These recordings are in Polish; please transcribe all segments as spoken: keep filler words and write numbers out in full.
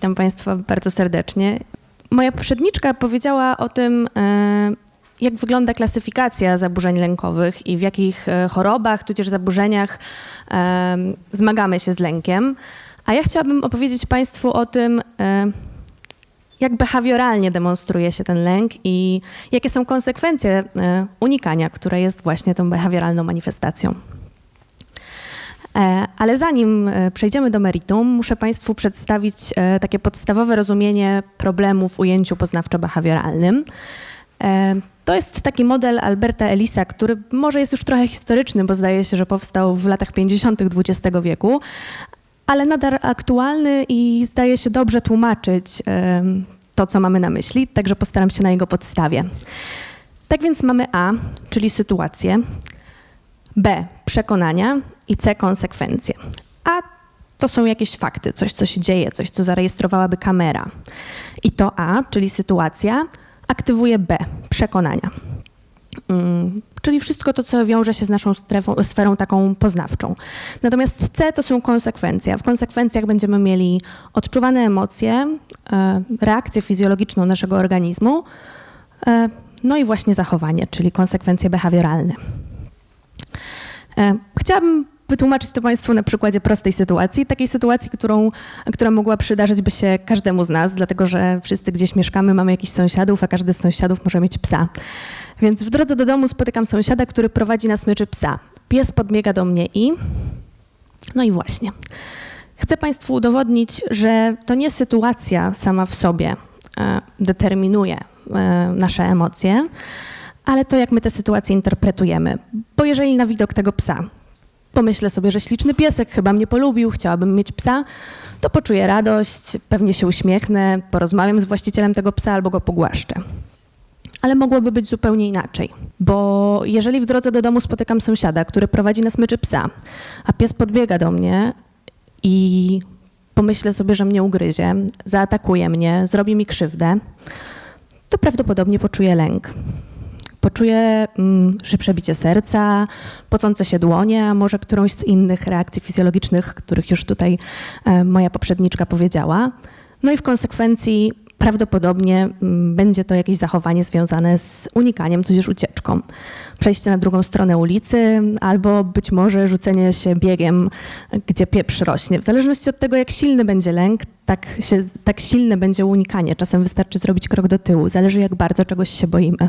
Witam Państwa bardzo serdecznie. Moja poprzedniczka powiedziała o tym, jak wygląda klasyfikacja zaburzeń lękowych i w jakich chorobach, tudzież zaburzeniach zmagamy się z lękiem. A ja chciałabym opowiedzieć Państwu o tym, jak behawioralnie demonstruje się ten lęk i jakie są konsekwencje unikania, które jest właśnie tą behawioralną manifestacją. Ale zanim przejdziemy do meritum, muszę Państwu przedstawić takie podstawowe rozumienie problemu w ujęciu poznawczo-behawioralnym. To jest taki model Alberta Ellisa, który może jest już trochę historyczny, bo zdaje się, że powstał w latach pięćdziesiątych dwudziestego wieku, ale nadal aktualny i zdaje się dobrze tłumaczyć to, co mamy na myśli, także postaram się na jego podstawie. Tak więc mamy A, czyli sytuację, B, przekonania i C, konsekwencje. A to są jakieś fakty, coś, co się dzieje, coś, co zarejestrowałaby kamera. I to A, czyli sytuacja, aktywuje B, przekonania. Hmm, czyli wszystko to, co wiąże się z naszą strefą, sferą taką poznawczą. Natomiast C to są konsekwencje. W konsekwencjach będziemy mieli odczuwane emocje, reakcję fizjologiczną naszego organizmu, no i właśnie zachowanie, czyli konsekwencje behawioralne. Chciałabym wytłumaczyć to Państwu na przykładzie prostej sytuacji, takiej sytuacji, którą, która mogła przydarzyć by się każdemu z nas, dlatego że wszyscy gdzieś mieszkamy, mamy jakichś sąsiadów, a każdy z sąsiadów może mieć psa. Więc w drodze do domu spotykam sąsiada, który prowadzi na smyczy psa. Pies podbiega do mnie i... No i właśnie. Chcę Państwu udowodnić, że to nie sytuacja sama w sobie e, determinuje e, nasze emocje, ale to, jak my tę sytuację interpretujemy. Bo jeżeli na widok tego psa pomyślę sobie, że śliczny piesek chyba mnie polubił, chciałabym mieć psa, to poczuję radość, pewnie się uśmiechnę, porozmawiam z właścicielem tego psa albo go pogłaszczę. Ale mogłoby być zupełnie inaczej, bo jeżeli w drodze do domu spotykam sąsiada, który prowadzi na smyczy psa, a pies podbiega do mnie i pomyślę sobie, że mnie ugryzie, zaatakuje mnie, zrobi mi krzywdę, to prawdopodobnie poczuję lęk. Poczuję mm, szybsze bicie serca, pocące się dłonie, a może którąś z innych reakcji fizjologicznych, których już tutaj e, moja poprzedniczka powiedziała. No i w konsekwencji prawdopodobnie m, będzie to jakieś zachowanie związane z unikaniem, tudzież ucieczką. Przejście na drugą stronę ulicy albo być może rzucenie się biegiem, gdzie pieprz rośnie. W zależności od tego, jak silny będzie lęk, tak, się, tak silne będzie unikanie. Czasem wystarczy zrobić krok do tyłu. Zależy, jak bardzo czegoś się boimy.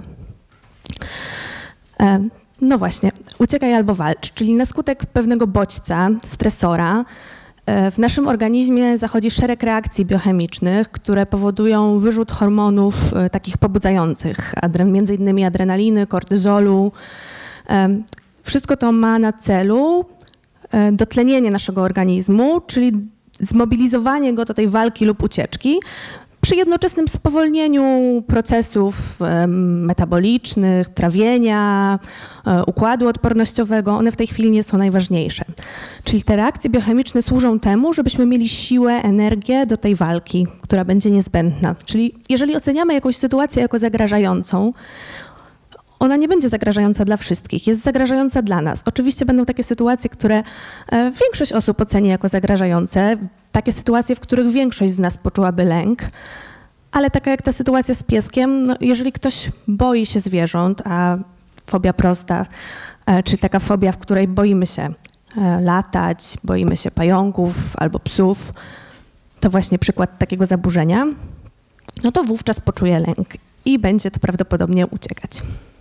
No właśnie, uciekaj albo walcz, czyli na skutek pewnego bodźca, stresora, w naszym organizmie zachodzi szereg reakcji biochemicznych, które powodują wyrzut hormonów takich pobudzających, między innymi adrenaliny, kortyzolu. Wszystko to ma na celu dotlenienie naszego organizmu, czyli zmobilizowanie go do tej walki lub ucieczki, przy jednoczesnym spowolnieniu procesów metabolicznych, trawienia, układu odpornościowego, one w tej chwili nie są najważniejsze. Czyli te reakcje biochemiczne służą temu, żebyśmy mieli siłę, energię do tej walki, która będzie niezbędna. Czyli jeżeli oceniamy jakąś sytuację jako zagrażającą, ona nie będzie zagrażająca dla wszystkich, jest zagrażająca dla nas. Oczywiście będą takie sytuacje, które większość osób oceni jako zagrażające, takie sytuacje, w których większość z nas poczułaby lęk, ale taka jak ta sytuacja z pieskiem, no jeżeli ktoś boi się zwierząt, a fobia prosta, czyli taka fobia, w której boimy się latać, boimy się pająków albo psów, to właśnie przykład takiego zaburzenia, no to wówczas poczuje lęk i będzie to prawdopodobnie uciekać.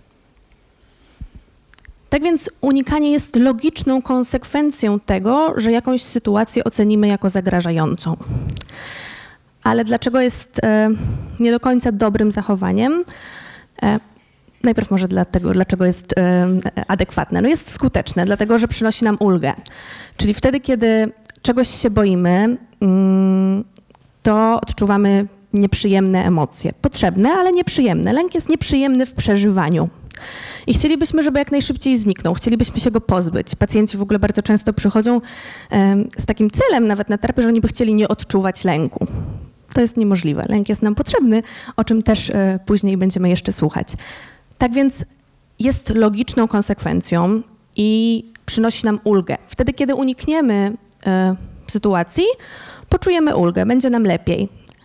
Tak więc unikanie jest logiczną konsekwencją tego, że jakąś sytuację ocenimy jako zagrażającą. Ale dlaczego jest e, nie do końca dobrym zachowaniem? E, najpierw może dlatego, dlaczego jest e, adekwatne. No jest skuteczne, dlatego że przynosi nam ulgę. Czyli wtedy, kiedy czegoś się boimy, mm, to odczuwamy nieprzyjemne emocje. Potrzebne, ale nieprzyjemne. Lęk jest nieprzyjemny w przeżywaniu. I chcielibyśmy, żeby jak najszybciej zniknął. Chcielibyśmy się go pozbyć. Pacjenci w ogóle bardzo często przychodzą um, z takim celem nawet na terapię, że oni by chcieli nie odczuwać lęku. To jest niemożliwe. Lęk jest nam potrzebny, o czym też y, później będziemy jeszcze słuchać. Tak więc jest logiczną konsekwencją i przynosi nam ulgę. Wtedy, kiedy unikniemy y, sytuacji, poczujemy ulgę, będzie nam lepiej.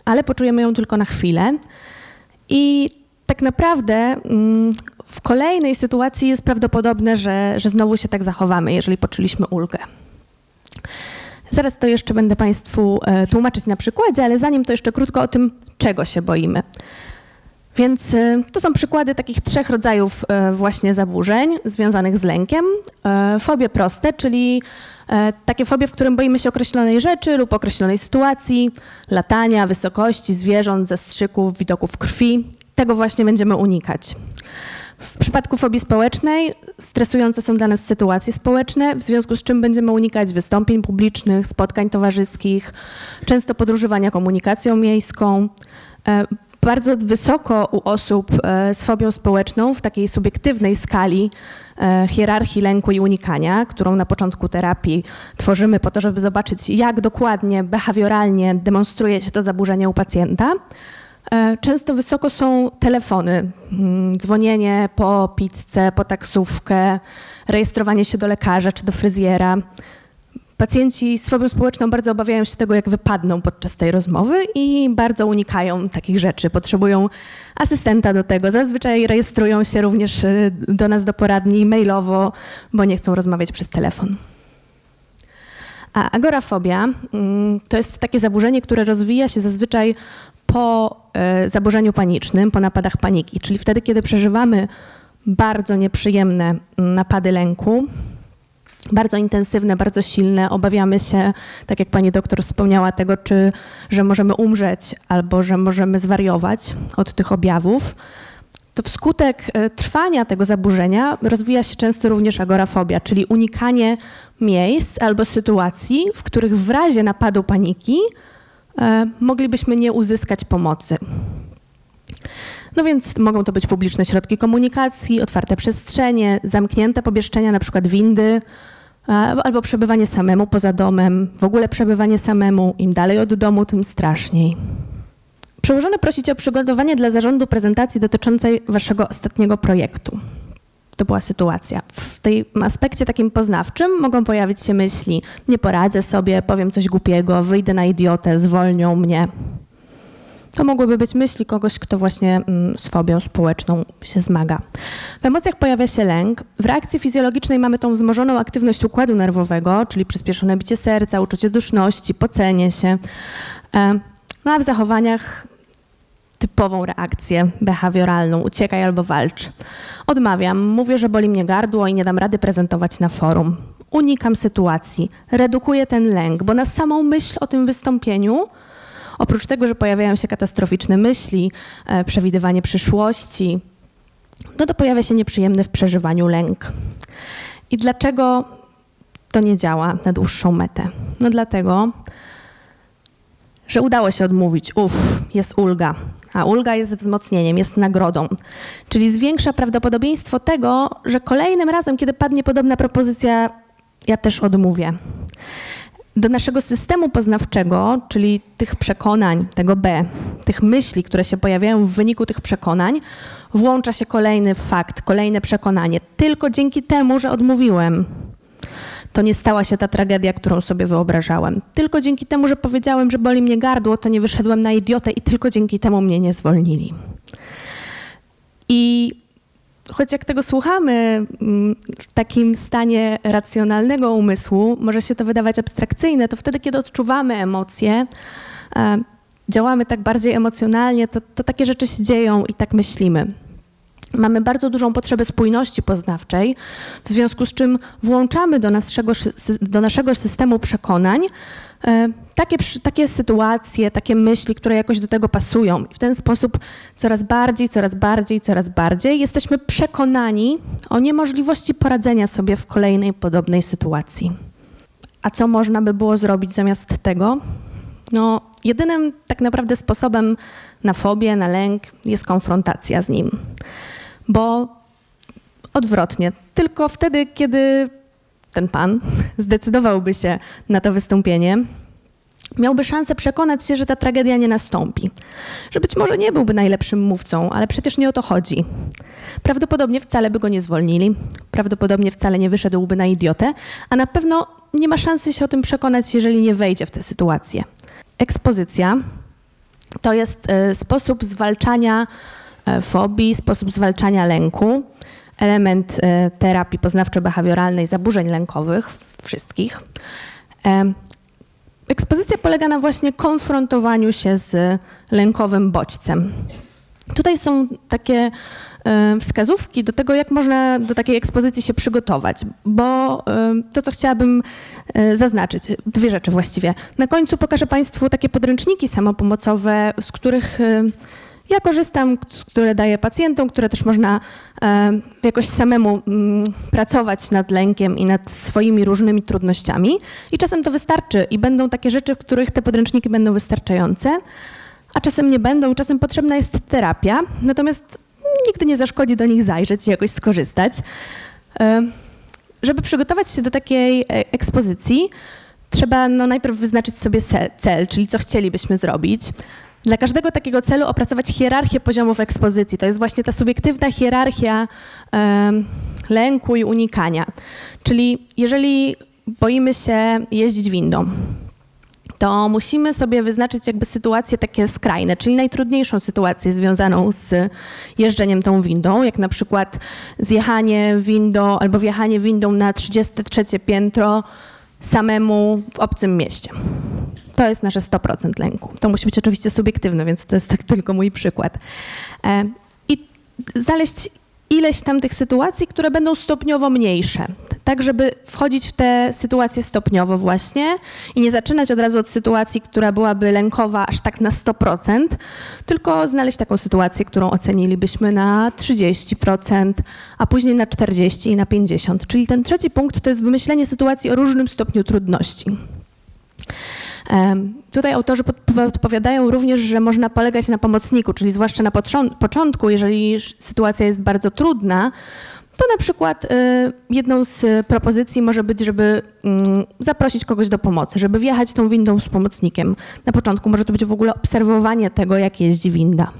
ale poczujemy ją tylko na chwilę i tak naprawdę w kolejnej sytuacji jest prawdopodobne, że, że znowu się tak zachowamy, jeżeli poczuliśmy ulgę. Zaraz to jeszcze będę Państwu tłumaczyć na przykładzie, ale zanim to jeszcze krótko o tym, czego się boimy. Więc to są przykłady takich trzech rodzajów właśnie zaburzeń związanych z lękiem. Fobie proste, czyli takie fobie, w którym boimy się określonej rzeczy lub określonej sytuacji, latania, wysokości, zwierząt, zastrzyków, widoków krwi. Tego właśnie będziemy unikać. W przypadku fobii społecznej stresujące są dla nas sytuacje społeczne, w związku z czym będziemy unikać wystąpień publicznych, spotkań towarzyskich, często podróżowania komunikacją miejską. Bardzo wysoko u osób z fobią społeczną w takiej subiektywnej skali hierarchii lęku i unikania, którą na początku terapii tworzymy po to, żeby zobaczyć, jak dokładnie, behawioralnie demonstruje się to zaburzenie u pacjenta. Często wysoko są telefony, dzwonienie po pizzę, po taksówkę, rejestrowanie się do lekarza czy do fryzjera. Pacjenci z fobią społeczną bardzo obawiają się tego, jak wypadną podczas tej rozmowy i bardzo unikają takich rzeczy. Potrzebują asystenta do tego. Zazwyczaj rejestrują się również do nas do poradni mailowo, bo nie chcą rozmawiać przez telefon. A agorafobia to jest takie zaburzenie, które rozwija się zazwyczaj po zaburzeniu panicznym, po napadach paniki, czyli wtedy, kiedy przeżywamy bardzo nieprzyjemne napady lęku, bardzo intensywne, bardzo silne, obawiamy się, tak jak pani doktor wspomniała, tego, czy, że możemy umrzeć albo że możemy zwariować od tych objawów, to wskutek trwania tego zaburzenia rozwija się często również agorafobia, czyli unikanie miejsc albo sytuacji, w których w razie napadu paniki e, moglibyśmy nie uzyskać pomocy. No więc mogą to być publiczne środki komunikacji, otwarte przestrzenie, zamknięte pomieszczenia, na przykład windy, albo przebywanie samemu poza domem, w ogóle przebywanie samemu, im dalej od domu, tym straszniej. Przełożony prosi cię o przygotowanie dla zarządu prezentacji dotyczącej waszego ostatniego projektu. To była sytuacja. W tym aspekcie takim poznawczym mogą pojawić się myśli: nie poradzę sobie, powiem coś głupiego, wyjdę na idiotę, zwolnią mnie. To mogłyby być myśli kogoś, kto właśnie z fobią społeczną się zmaga. W emocjach pojawia się lęk. W reakcji fizjologicznej mamy tą wzmożoną aktywność układu nerwowego, czyli przyspieszone bicie serca, uczucie duszności, pocenie się. No a w zachowaniach typową reakcję behawioralną: uciekaj albo walcz. Odmawiam, mówię, że boli mnie gardło i nie dam rady prezentować na forum. Unikam sytuacji, redukuję ten lęk, bo na samą myśl o tym wystąpieniu, oprócz tego, że pojawiają się katastroficzne myśli, e, przewidywanie przyszłości, no to pojawia się nieprzyjemny w przeżywaniu lęk. I dlaczego to nie działa na dłuższą metę? No dlatego, że udało się odmówić, uff, jest ulga, a ulga jest wzmocnieniem, jest nagrodą, czyli zwiększa prawdopodobieństwo tego, że kolejnym razem, kiedy padnie podobna propozycja, ja też odmówię. Do naszego systemu poznawczego, czyli tych przekonań, tego B, tych myśli, które się pojawiają w wyniku tych przekonań, włącza się kolejny fakt, kolejne przekonanie. Tylko dzięki temu, że odmówiłem, to nie stała się ta tragedia, którą sobie wyobrażałem. Tylko dzięki temu, że powiedziałem, że boli mnie gardło, to nie wyszedłem na idiotę i tylko dzięki temu mnie nie zwolnili. I choć jak tego słuchamy w takim stanie racjonalnego umysłu, może się to wydawać abstrakcyjne, to wtedy, kiedy odczuwamy emocje, działamy tak bardziej emocjonalnie, to, to takie rzeczy się dzieją i tak myślimy. Mamy bardzo dużą potrzebę spójności poznawczej, w związku z czym włączamy do naszego, do naszego systemu przekonań takie, takie sytuacje, takie myśli, które jakoś do tego pasują. I w ten sposób coraz bardziej, coraz bardziej, coraz bardziej jesteśmy przekonani o niemożliwości poradzenia sobie w kolejnej podobnej sytuacji. A co można by było zrobić zamiast tego? No, jedynym tak naprawdę sposobem na fobię, na lęk jest konfrontacja z nim. Bo odwrotnie, tylko wtedy, kiedy ten pan zdecydowałby się na to wystąpienie, miałby szansę przekonać się, że ta tragedia nie nastąpi. Że być może nie byłby najlepszym mówcą, ale przecież nie o to chodzi. Prawdopodobnie wcale by go nie zwolnili, prawdopodobnie wcale nie wyszedłby na idiotę, a na pewno nie ma szansy się o tym przekonać, jeżeli nie wejdzie w tę sytuację. Ekspozycja To jest sposób zwalczania fobii, sposób zwalczania lęku, element terapii poznawczo-behawioralnej zaburzeń lękowych, wszystkich. Ekspozycja polega na właśnie konfrontowaniu się z lękowym bodźcem. Tutaj są takie wskazówki do tego, jak można do takiej ekspozycji się przygotować, bo to, co chciałabym zaznaczyć, dwie rzeczy właściwie. Na końcu pokażę Państwu takie podręczniki samopomocowe, z których ja korzystam, które daję pacjentom, które też można jakoś samemu pracować nad lękiem i nad swoimi różnymi trudnościami. I czasem to wystarczy i będą takie rzeczy, w których te podręczniki będą wystarczające, a czasem nie będą, czasem potrzebna jest terapia, natomiast nigdy nie zaszkodzi do nich zajrzeć i jakoś skorzystać. Żeby przygotować się do takiej ekspozycji, trzeba no najpierw wyznaczyć sobie cel, czyli co chcielibyśmy zrobić. Dla każdego takiego celu opracować hierarchię poziomów ekspozycji. To jest właśnie ta subiektywna hierarchia um, lęku i unikania. Czyli jeżeli boimy się jeździć windą, to musimy sobie wyznaczyć jakby sytuacje takie skrajne, czyli najtrudniejszą sytuację związaną z jeżdżeniem tą windą, jak na przykład zjechanie windą albo wjechanie windą na trzydzieste trzecie piętro samemu w obcym mieście. To jest nasze sto procent lęku. To musi być oczywiście subiektywne, więc to jest tylko mój przykład. I znaleźć ileś tam tych sytuacji, które będą stopniowo mniejsze, tak żeby wchodzić w te sytuacje stopniowo właśnie i nie zaczynać od razu od sytuacji, która byłaby lękowa aż tak na sto procent, tylko znaleźć taką sytuację, którą ocenilibyśmy na trzydzieści procent, a później na czterdzieści procent i na pięćdziesiąt procent. Czyli ten trzeci punkt to jest wymyślenie sytuacji o różnym stopniu trudności. Tutaj autorzy podpowiadają również, że można polegać na pomocniku, czyli zwłaszcza na początku, jeżeli sytuacja jest bardzo trudna, to na przykład jedną z propozycji może być, żeby zaprosić kogoś do pomocy, żeby wjechać tą windą z pomocnikiem. Na początku może to być w ogóle obserwowanie tego, jak jeździ winda.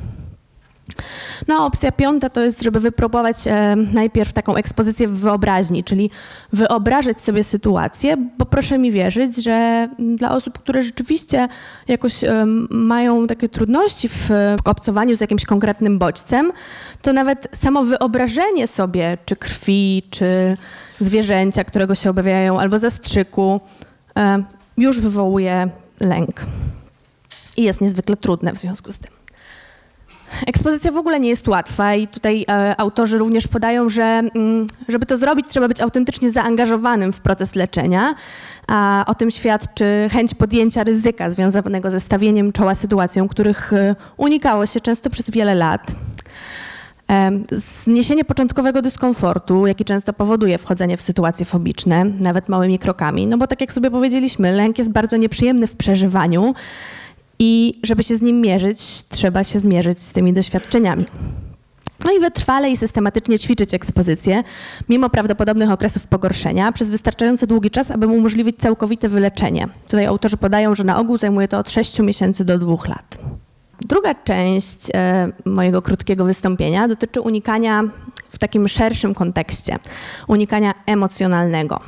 No a opcja piąta to jest, żeby wypróbować e, najpierw taką ekspozycję w wyobraźni, czyli wyobrażać sobie sytuację, bo proszę mi wierzyć, że dla osób, które rzeczywiście jakoś e, mają takie trudności w, w obcowaniu z jakimś konkretnym bodźcem, to nawet samo wyobrażenie sobie, czy krwi, czy zwierzęcia, którego się obawiają, albo zastrzyku, e, już wywołuje lęk. I jest niezwykle trudne w związku z tym. Ekspozycja w ogóle nie jest łatwa i tutaj e, autorzy również podają, że m, żeby to zrobić, trzeba być autentycznie zaangażowanym w proces leczenia, a o tym świadczy chęć podjęcia ryzyka związanego ze stawieniem czoła sytuacjom, których e, unikało się często przez wiele lat. E, zniesienie początkowego dyskomfortu, jaki często powoduje wchodzenie w sytuacje fobiczne, nawet małymi krokami, no bo tak jak sobie powiedzieliśmy, lęk jest bardzo nieprzyjemny w przeżywaniu, i żeby się z nim mierzyć, trzeba się zmierzyć z tymi doświadczeniami. No i wytrwale i systematycznie ćwiczyć ekspozycję, mimo prawdopodobnych okresów pogorszenia, przez wystarczająco długi czas, aby umożliwić całkowite wyleczenie. Tutaj autorzy podają, że na ogół zajmuje to od sześciu miesięcy do dwóch lat. Druga część e, mojego krótkiego wystąpienia dotyczy unikania w takim szerszym kontekście, unikania emocjonalnego.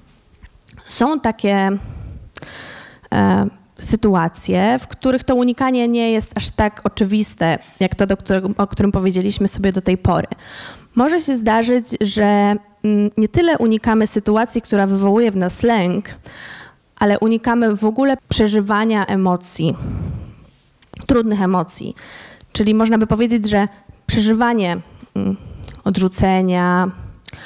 Są takie e, sytuacje, w których to unikanie nie jest aż tak oczywiste, jak to, do którego, o którym powiedzieliśmy sobie do tej pory. Może się zdarzyć, że nie tyle unikamy sytuacji, która wywołuje w nas lęk, ale unikamy w ogóle przeżywania emocji, trudnych emocji. Czyli można by powiedzieć, że przeżywanie odrzucenia,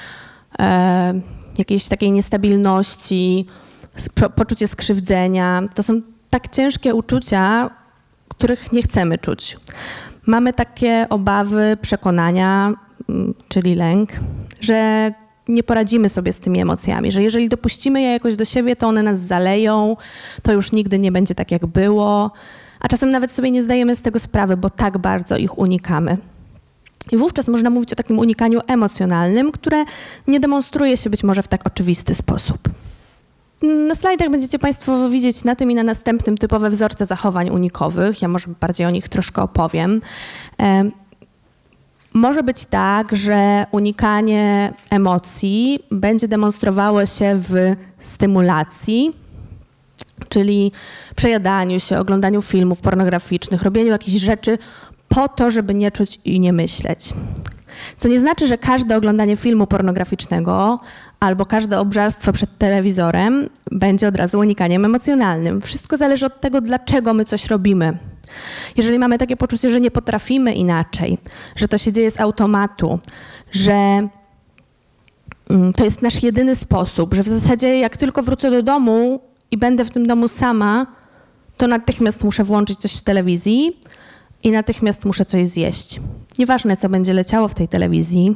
e, jakiejś takiej niestabilności, poczucie skrzywdzenia, to są tak ciężkie uczucia, których nie chcemy czuć. Mamy takie obawy, przekonania, czyli lęk, że nie poradzimy sobie z tymi emocjami, że jeżeli dopuścimy je jakoś do siebie, to one nas zaleją, to już nigdy nie będzie tak, jak było, a czasem nawet sobie nie zdajemy z tego sprawy, bo tak bardzo ich unikamy. I wówczas można mówić o takim unikaniu emocjonalnym, które nie demonstruje się być może w tak oczywisty sposób. Na slajdach będziecie Państwo widzieć na tym i na następnym typowe wzorce zachowań unikowych. Ja może bardziej o nich troszkę opowiem. E, może być tak, że unikanie emocji będzie demonstrowało się w stymulacji czyli przejadaniu się, oglądaniu filmów pornograficznych, robieniu jakichś rzeczy po to, żeby nie czuć i nie myśleć. Co nie znaczy, że każde oglądanie filmu pornograficznego albo każde obżarstwo przed telewizorem będzie od razu unikaniem emocjonalnym. Wszystko zależy od tego, dlaczego my coś robimy. Jeżeli mamy takie poczucie, że nie potrafimy inaczej, że to się dzieje z automatu, że to jest nasz jedyny sposób, że w zasadzie jak tylko wrócę do domu i będę w tym domu sama, to natychmiast muszę włączyć coś w telewizji i natychmiast muszę coś zjeść. Nieważne, co będzie leciało w tej telewizji,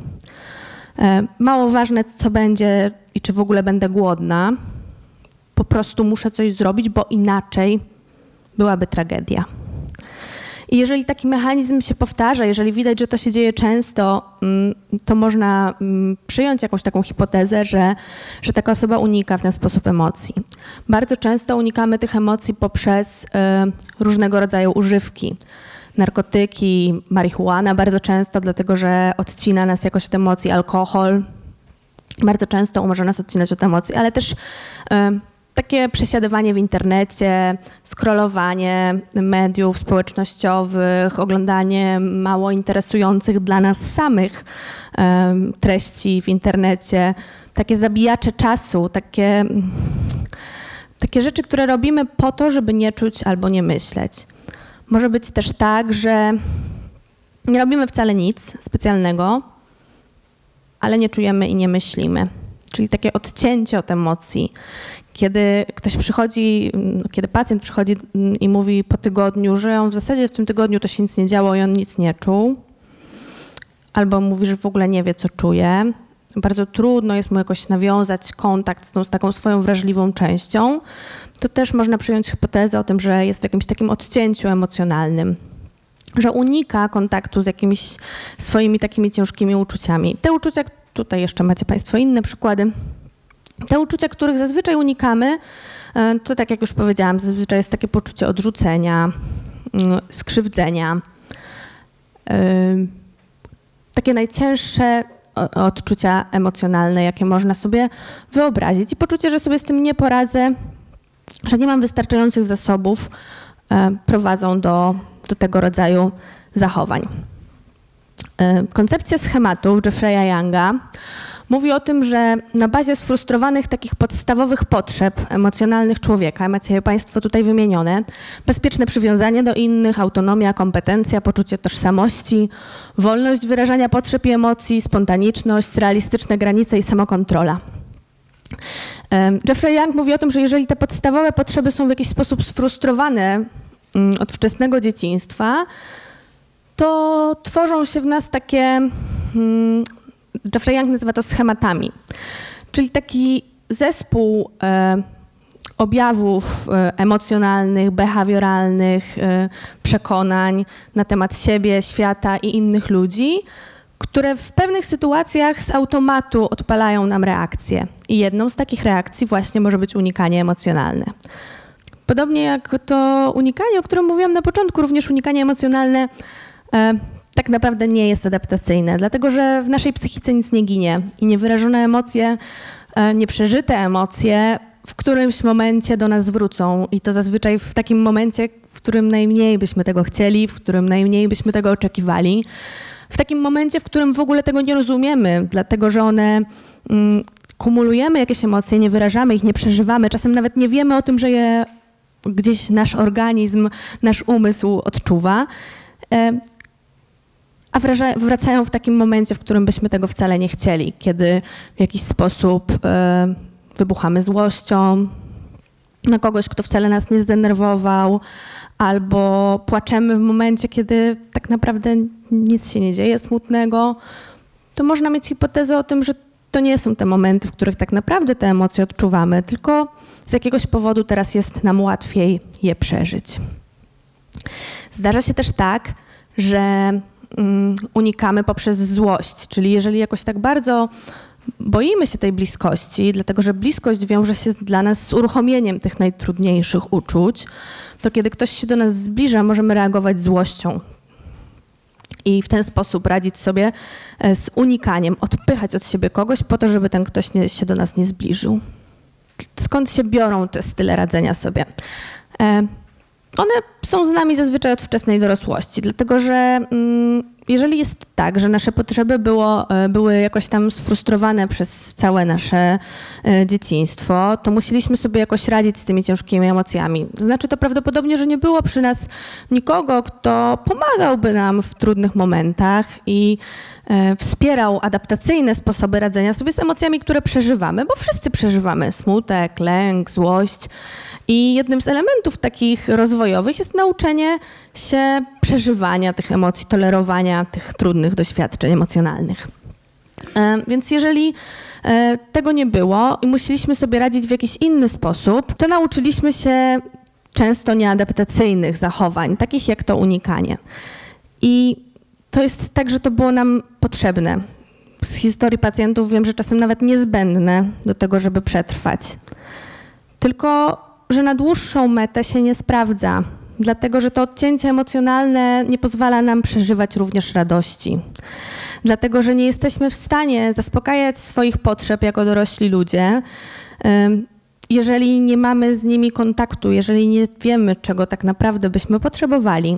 mało ważne, co będzie i czy w ogóle będę głodna, po prostu muszę coś zrobić, bo inaczej byłaby tragedia. I jeżeli taki mechanizm się powtarza, jeżeli widać, że to się dzieje często, to można przyjąć jakąś taką hipotezę, że, że taka osoba unika w ten sposób emocji. Bardzo często unikamy tych emocji poprzez różnego rodzaju używki. Narkotyki, marihuana bardzo często, dlatego że odcina nas jakoś od emocji, alkohol bardzo często może nas odcinać od emocji, ale też takie przesiadywanie w internecie, scrollowanie mediów społecznościowych, oglądanie mało interesujących dla nas samych um, treści w internecie, takie zabijacze czasu, takie, takie rzeczy, które robimy po to, żeby nie czuć albo nie myśleć. Może być też tak, że nie robimy wcale nic specjalnego, ale nie czujemy i nie myślimy. Czyli takie odcięcie od emocji. Kiedy ktoś przychodzi, kiedy pacjent przychodzi i mówi po tygodniu, że on w zasadzie w tym tygodniu to się nic nie działo i on nic nie czuł, albo mówi, że w ogóle nie wie, co czuje, bardzo trudno jest mu jakoś nawiązać kontakt z tą z taką swoją wrażliwą częścią, to też można przyjąć hipotezę o tym, że jest w jakimś takim odcięciu emocjonalnym, że unika kontaktu z jakimiś swoimi takimi ciężkimi uczuciami. Te uczucia, tutaj jeszcze macie Państwo inne przykłady, te uczucia, których zazwyczaj unikamy, to tak jak już powiedziałam, zazwyczaj jest takie poczucie odrzucenia, skrzywdzenia, takie najcięższe odczucia emocjonalne, jakie można sobie wyobrazić i poczucie, że sobie z tym nie poradzę, że nie mam wystarczających zasobów, prowadzą do, do tego rodzaju zachowań. Koncepcja schematów Jeffreya Younga mówi o tym, że na bazie sfrustrowanych takich podstawowych potrzeb emocjonalnych człowieka, macie je Państwo tutaj wymienione, bezpieczne przywiązanie do innych, autonomia, kompetencja, poczucie tożsamości, wolność wyrażania potrzeb i emocji, spontaniczność, realistyczne granice i samokontrola. Jeffrey Young mówi o tym, że jeżeli te podstawowe potrzeby są w jakiś sposób sfrustrowane od wczesnego dzieciństwa, to tworzą się w nas takie... Jeffrey Young nazywa to schematami, czyli taki zespół e, objawów e, emocjonalnych, behawioralnych, e, przekonań na temat siebie, świata i innych ludzi, które w pewnych sytuacjach z automatu odpalają nam reakcje. I jedną z takich reakcji właśnie może być unikanie emocjonalne. Podobnie jak to unikanie, o którym mówiłam na początku, również unikanie emocjonalne e, tak naprawdę nie jest adaptacyjne, dlatego że w naszej psychice nic nie ginie i niewyrażone emocje, nieprzeżyte emocje w którymś momencie do nas wrócą i to zazwyczaj w takim momencie, w którym najmniej byśmy tego chcieli, w którym najmniej byśmy tego oczekiwali, w takim momencie, w którym w ogóle tego nie rozumiemy, dlatego że one mm, kumulujemy jakieś emocje, nie wyrażamy ich, nie przeżywamy, czasem nawet nie wiemy o tym, że je gdzieś nasz organizm, nasz umysł odczuwa. A wracają w takim momencie, w którym byśmy tego wcale nie chcieli, kiedy w jakiś sposób y, wybuchamy złością na kogoś, kto wcale nas nie zdenerwował, albo płaczemy w momencie, kiedy tak naprawdę nic się nie dzieje smutnego, to można mieć hipotezę o tym, że to nie są te momenty, w których tak naprawdę te emocje odczuwamy, tylko z jakiegoś powodu teraz jest nam łatwiej je przeżyć. Zdarza się też tak, że unikamy poprzez złość, czyli jeżeli jakoś tak bardzo boimy się tej bliskości, dlatego że bliskość wiąże się dla nas z uruchomieniem tych najtrudniejszych uczuć, to kiedy ktoś się do nas zbliża, możemy reagować złością i w ten sposób radzić sobie z unikaniem, odpychać od siebie kogoś po to, żeby ten ktoś nie, się do nas nie zbliżył. skąd się biorą te style radzenia sobie? One są z nami zazwyczaj od wczesnej dorosłości, dlatego że mm, jeżeli jest tak, że nasze potrzeby było, były jakoś tam sfrustrowane przez całe nasze y, dzieciństwo, to musieliśmy sobie jakoś radzić z tymi ciężkimi emocjami. Znaczy to prawdopodobnie, że nie było przy nas nikogo, kto pomagałby nam w trudnych momentach i y, wspierał adaptacyjne sposoby radzenia sobie z emocjami, które przeżywamy, bo wszyscy przeżywamy smutek, lęk, złość. I jednym z elementów takich rozwojowych jest nauczenie się przeżywania tych emocji, tolerowania tych trudnych doświadczeń emocjonalnych. Więc jeżeli tego nie było i musieliśmy sobie radzić w jakiś inny sposób, to nauczyliśmy się często nieadaptacyjnych zachowań, takich jak to unikanie. I to jest tak, że to było nam potrzebne. Z historii pacjentów wiem, że czasem nawet niezbędne do tego, żeby przetrwać. Tylko że na dłuższą metę się nie sprawdza, dlatego że to odcięcie emocjonalne nie pozwala nam przeżywać również radości. Dlatego, że nie jesteśmy w stanie zaspokajać swoich potrzeb jako dorośli ludzie, jeżeli nie mamy z nimi kontaktu, jeżeli nie wiemy, czego tak naprawdę byśmy potrzebowali.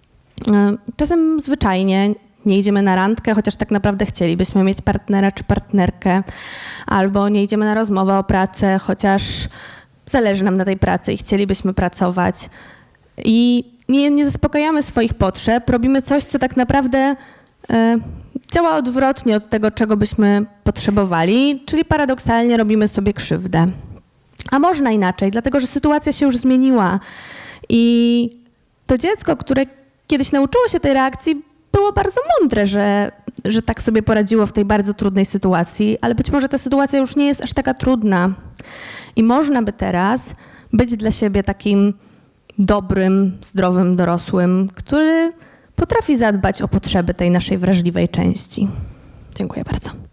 Czasem zwyczajnie nie idziemy na randkę, chociaż tak naprawdę chcielibyśmy mieć partnera czy partnerkę, albo nie idziemy na rozmowę o pracę, chociaż zależy nam na tej pracy i chcielibyśmy pracować. I nie, nie zaspokajamy swoich potrzeb, robimy coś, co tak naprawdę y, działa odwrotnie od tego, czego byśmy potrzebowali, czyli paradoksalnie robimy sobie krzywdę. A można inaczej, dlatego że sytuacja się już zmieniła i to dziecko, które kiedyś nauczyło się tej reakcji, było bardzo mądre, że, że tak sobie poradziło w tej bardzo trudnej sytuacji, ale być może ta sytuacja już nie jest aż taka trudna. I można by teraz być dla siebie takim dobrym, zdrowym dorosłym, który potrafi zadbać o potrzeby tej naszej wrażliwej części. Dziękuję bardzo.